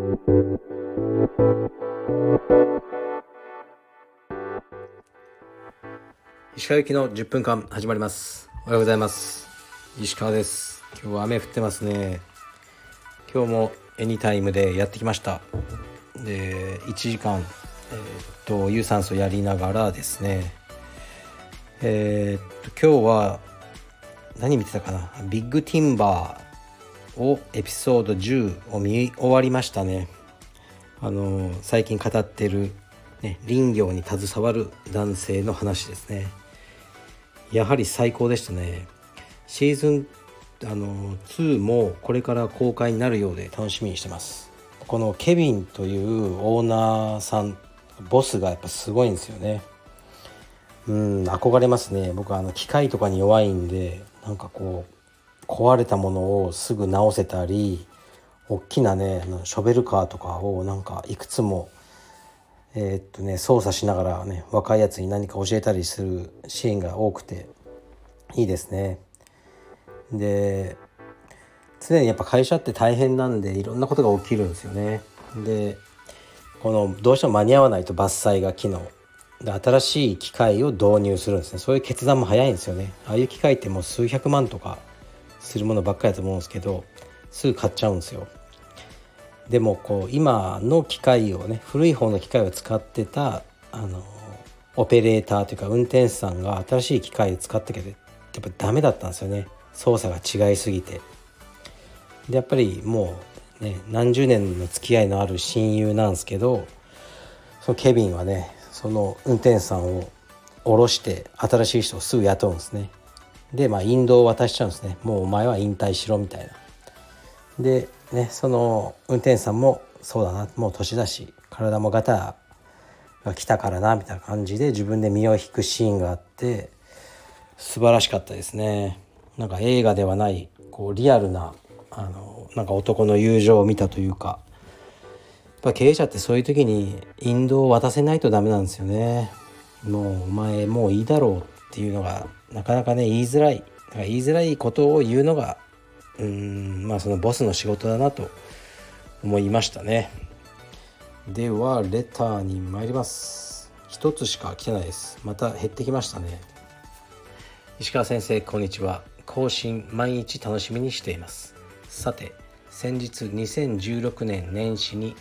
石川行きの10分間始まります。おはようございます。石川です。今日は雨降ってますね。今日もエニタイムでやってきました。で、1時間、有酸素やりながらですね、今日は何見てたかな。ビッグティンバーをエピソード10を見終わりましたね。最近語ってる、林業に携わる男性の話ですね。やはり最高でしたね。シーズン2もこれから公開になるようで楽しみにしてます。このケビンというオーナーさん、ボスがやっぱすごいんですよね。憧れますね。僕は機械とかに弱いんで、なんかこう壊れたものをすぐ直せたり、大きなねショベルカーとかをなんかいくつも操作しながらね、若いやつに何か教えたりするシーンが多くていいですね。で、常にやっぱ会社って大変なんで、いろんなことが起きるんですよね。で、どうしても間に合わないと伐採が機能で、新しい機械を導入するんですね。そういう決断も早いんですよね。ああいう機械ってもう数百万とかするものばっかりだと思うんですけど、すぐ買っちゃうんですよ。でも今の機械をね、古い方の機械を使ってたオペレーターというか運転手さんが新しい機械を使ったけど、やっぱダメだったんですよね。操作が違いすぎて。で、やっぱりもうね、何十年の付き合いのある親友なんですけど、そのケビンはね、その運転手さんを降ろして新しい人をすぐ雇うんですね。で、引導を渡しちゃうんですね。もうお前は引退しろみたいな。でね、その運転手さんもそうだな、もう年だし体もガタが来たからなみたいな感じで自分で身を引くシーンがあって、素晴らしかったですね。なんか映画ではないリアルななんか男の友情を見たというか、やっぱ経営者ってそういう時に引導を渡せないとダメなんですよね。もうお前もういいだろうっていうのがなかなかね、言いづらい。だから言いづらいことを言うのがそのボスの仕事だなと思いましたね。ではレターに参ります。一つしか来てないです。また減ってきましたね。石川先生、こんにちは。更新毎日楽しみにしています。さて、先日2016年年始に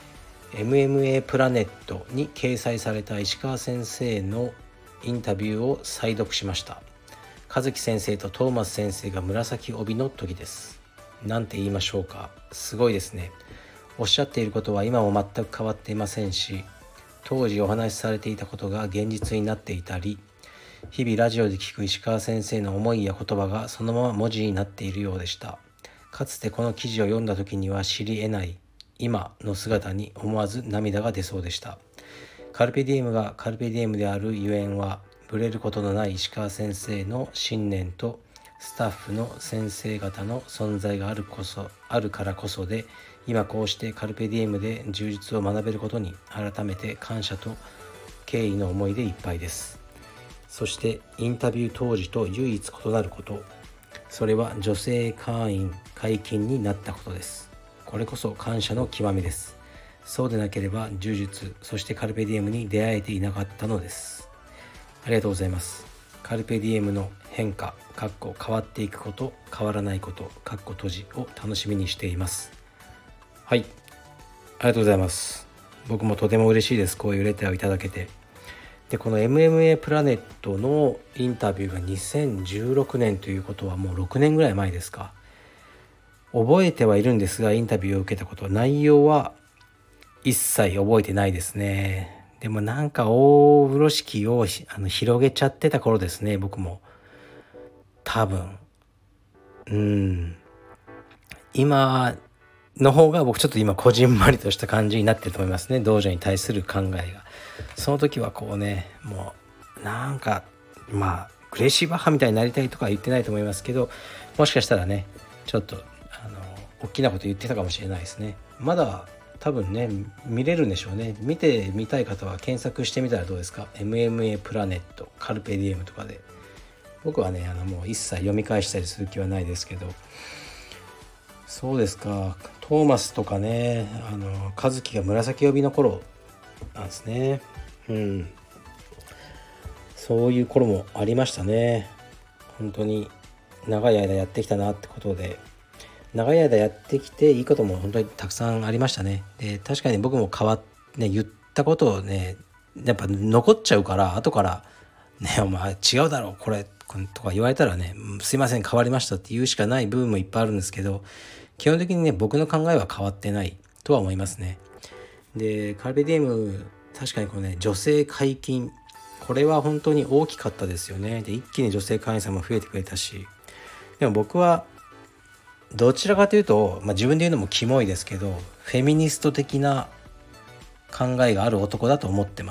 MMA プラネットに掲載された石川先生のインタビューを再読しました。和樹先生とトーマス先生が紫帯の時です。なんて言いましょうか、すごいですね。おっしゃっていることは今も全く変わっていませんし、当時お話しされていたことが現実になっていたり、日々ラジオで聞く石川先生の思いや言葉がそのまま文字になっているようでした。かつてこの記事を読んだ時には知り得ない今の姿に思わず涙が出そうでした。カルペディエムがカルペディエムであるゆえんは、ぶれることのない石川先生の信念とスタッフの先生方の存在があるからこそで、今こうしてカルペディエムで充実を学べることに改めて感謝と敬意の思いでいっぱいです。そしてインタビュー当時と唯一異なること、それは女性会員解禁になったことです。これこそ感謝の極みです。そうでなければ柔術、そしてカルペディエムに出会えていなかったのです。ありがとうございます。カルペディエムの変化変わっていくこと、変わらないこと閉じを楽しみにしています。はい、ありがとうございます。僕もとても嬉しいです。こういうレターをいただけて。で、この MMA プラネットのインタビューが2016年ということはもう6年ぐらい前ですか。覚えてはいるんですが、インタビューを受けたことは、内容は一切覚えてないですね。でもなんか大風呂敷を広げちゃってた頃ですね、僕も。多分。今の方が僕ちょっと今こじんまりとした感じになってると思いますね。道場に対する考えが。その時はもうなんかグレーシーバッハみたいになりたいとかは言ってないと思いますけど、もしかしたらね、ちょっと大きなこと言ってたかもしれないですね。まだ多分ね、見れるんでしょうね。見てみたい方は検索してみたらどうですか。 MMA プラネットカルペディエムとかで。僕はねもう一切読み返したりする気はないですけど、 そうですか。トーマスとかね、和樹が紫帯の頃なんですね。うん。そういう頃もありましたね。本当に長い間やってきたなってことで、長い間やってきていいことも本当にたくさんありましたね。で、確かに僕も言ったことをね、やっぱ残っちゃうから、後からね、お前違うだろうこれとか言われたらね、すいません変わりましたって言うしかない部分もいっぱいあるんですけど、基本的にね、僕の考えは変わってないとは思いますね。で、カルペディエム、確かにこのね、女性解禁、これは本当に大きかったですよね。で、一気に女性会員さんも増えてくれたし、でも僕はどちらかというと、自分で言うのもキモいですけど、フェミニスト的な考えがある男だと思ってます。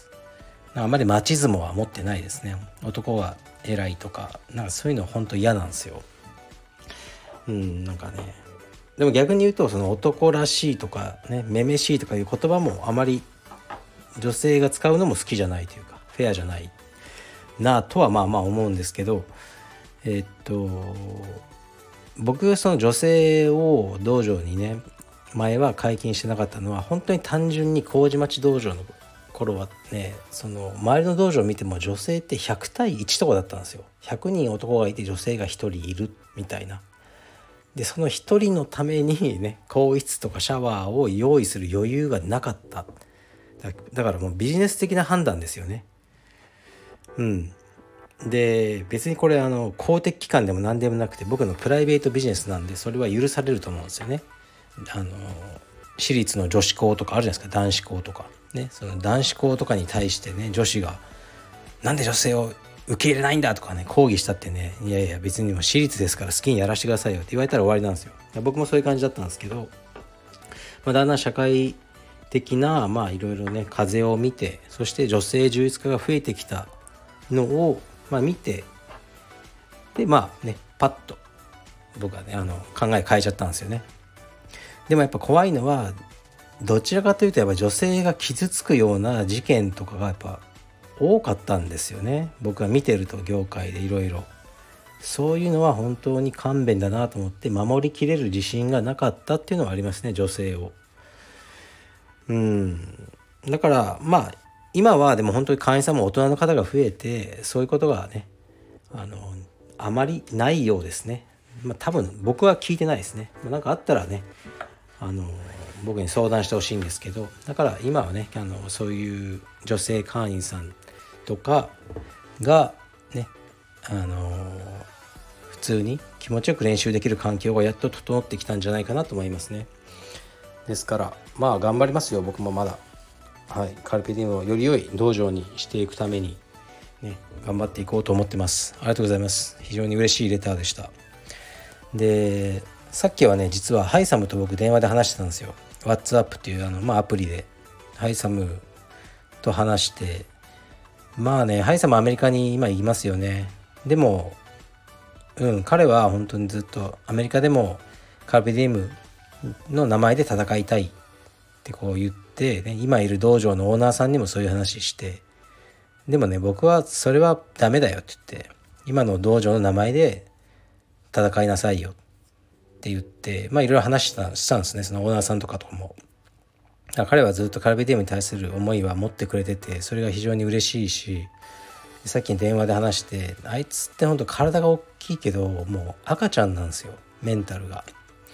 あまりマチズモは持ってないですね。男が偉いとか、なんかそういうの本当嫌なんですよ。なんかね。でも逆に言うと、その男らしいとかね、めめしいとかいう言葉もあまり女性が使うのも好きじゃないというか、フェアじゃないなとはまあまあ思うんですけど、僕その女性を道場にね、前は解禁してなかったのは、本当に単純に麹町道場の頃はね、その周りの道場を見ても女性って100対1とかだったんですよ。100人男がいて女性が1人いるみたいな。で、その1人のためにね、更衣室とかシャワーを用意する余裕がなかった。だからもうビジネス的な判断ですよね。で、別にこれ公的機関でも何でもなくて、僕のプライベートビジネスなんで、それは許されると思うんですよね。私立の女子校とかあるじゃないですか、男子校とかね。その男子校とかに対してね、女子がなんで女性を受け入れないんだとかね、抗議したってね、いやいや別にもう私立ですから好きにやらせてくださいよって言われたら終わりなんですよ。僕もそういう感じだったんですけど、だんだん社会的ないろいろね、風を見て、そして女性充実化が増えてきたのを見て、でパッと僕はね考え変えちゃったんですよね。でもやっぱ怖いのは、どちらかというとやっぱ女性が傷つくような事件とかがやっぱ多かったんですよね。僕が見てると、業界でいろいろそういうのは本当に勘弁だなと思って、守りきれる自信がなかったっていうのはありますね、女性を。だから今はでも本当に会員さんも大人の方が増えて、そういうことがねあまりないようですね。多分僕は聞いてないですね。なんかあったらね僕に相談してほしいんですけど、だから今はねそういう女性会員さんとかがね普通に気持ちよく練習できる環境がやっと整ってきたんじゃないかなと思いますね。ですから頑張りますよ、僕もまだ。カルペディウムをより良い道場にしていくためにね、頑張っていこうと思ってます。ありがとうございます。非常に嬉しいレターでした。で、さっきはね、実はハイサムと僕電話で話してたんですよ。WhatsApp っていうアプリでハイサムと話して、ハイサムアメリカに今いますよね。でも彼は本当にずっとアメリカでもカルペディウムの名前で戦いたいってこう言って、ね、今いる道場のオーナーさんにもそういう話して、でもね、僕はそれはダメだよって言って、今の道場の名前で戦いなさいよって言って、いろいろ話したんですね、そのオーナーさんとかとも。だから彼はずっとカルペディウムに対する思いは持ってくれてて、それが非常に嬉しいし、さっき電話で話して、あいつって本当体が大きいけどもう赤ちゃんなんですよ、メンタルが。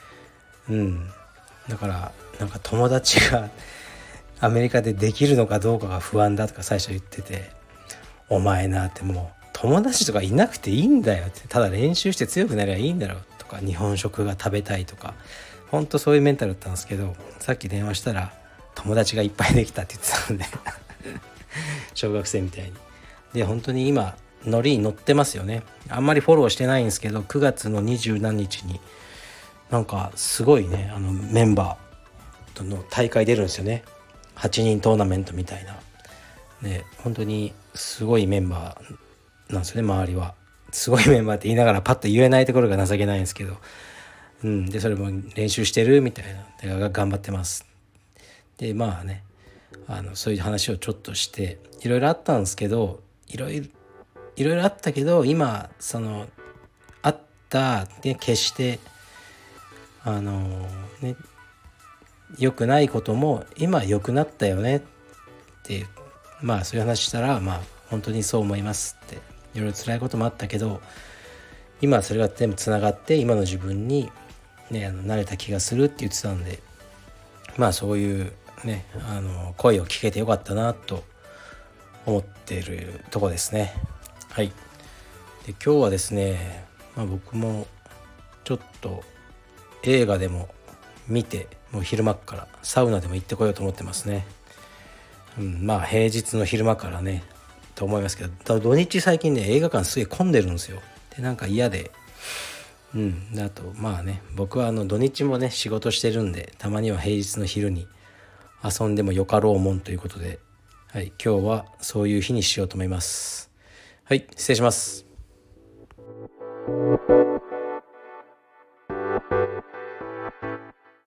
だからなんか友達がアメリカでできるのかどうかが不安だとか最初言ってて、お前なって、もう友達とかいなくていいんだよって、ただ練習して強くなればいいんだろうとか、日本食が食べたいとか、ほんとそういうメンタルだったんですけど、さっき電話したら友達がいっぱいできたって言ってたんで小学生みたいに。で、本当に今ノリに乗ってますよね。あんまりフォローしてないんですけど、9月の20何日になんかすごいね、メンバーとの大会出るんですよね。8人トーナメントみたいなね、本当にすごいメンバーなんですよね。周りはすごいメンバーって言いながらパッと言えないところが情けないんですけど、でそれも練習してるみたいな、で頑張ってます。でそういう話をちょっとしていろいろあったんですけど、いろいろあったけど、今そのあったで決してね、良くないことも今良くなったよねっていう、そういう話したら、本当にそう思いますって、いろいろ辛いこともあったけど今それが全部つながって今の自分にね慣れた気がするって言ってたんで、そういうね声を聞けてよかったなと思っているとこですね。はい。で今日はですね、僕もちょっと映画でも見て、もう昼間からサウナでも行ってこようと思ってますね。平日の昼間からねと思いますけど、土日最近ね映画館すげえ混んでるんですよ。でなんか嫌で、あと僕は土日もね仕事してるんで、たまには平日の昼に遊んでもよかろうもんということで、はい、今日はそういう日にしようと思います。はい、失礼します。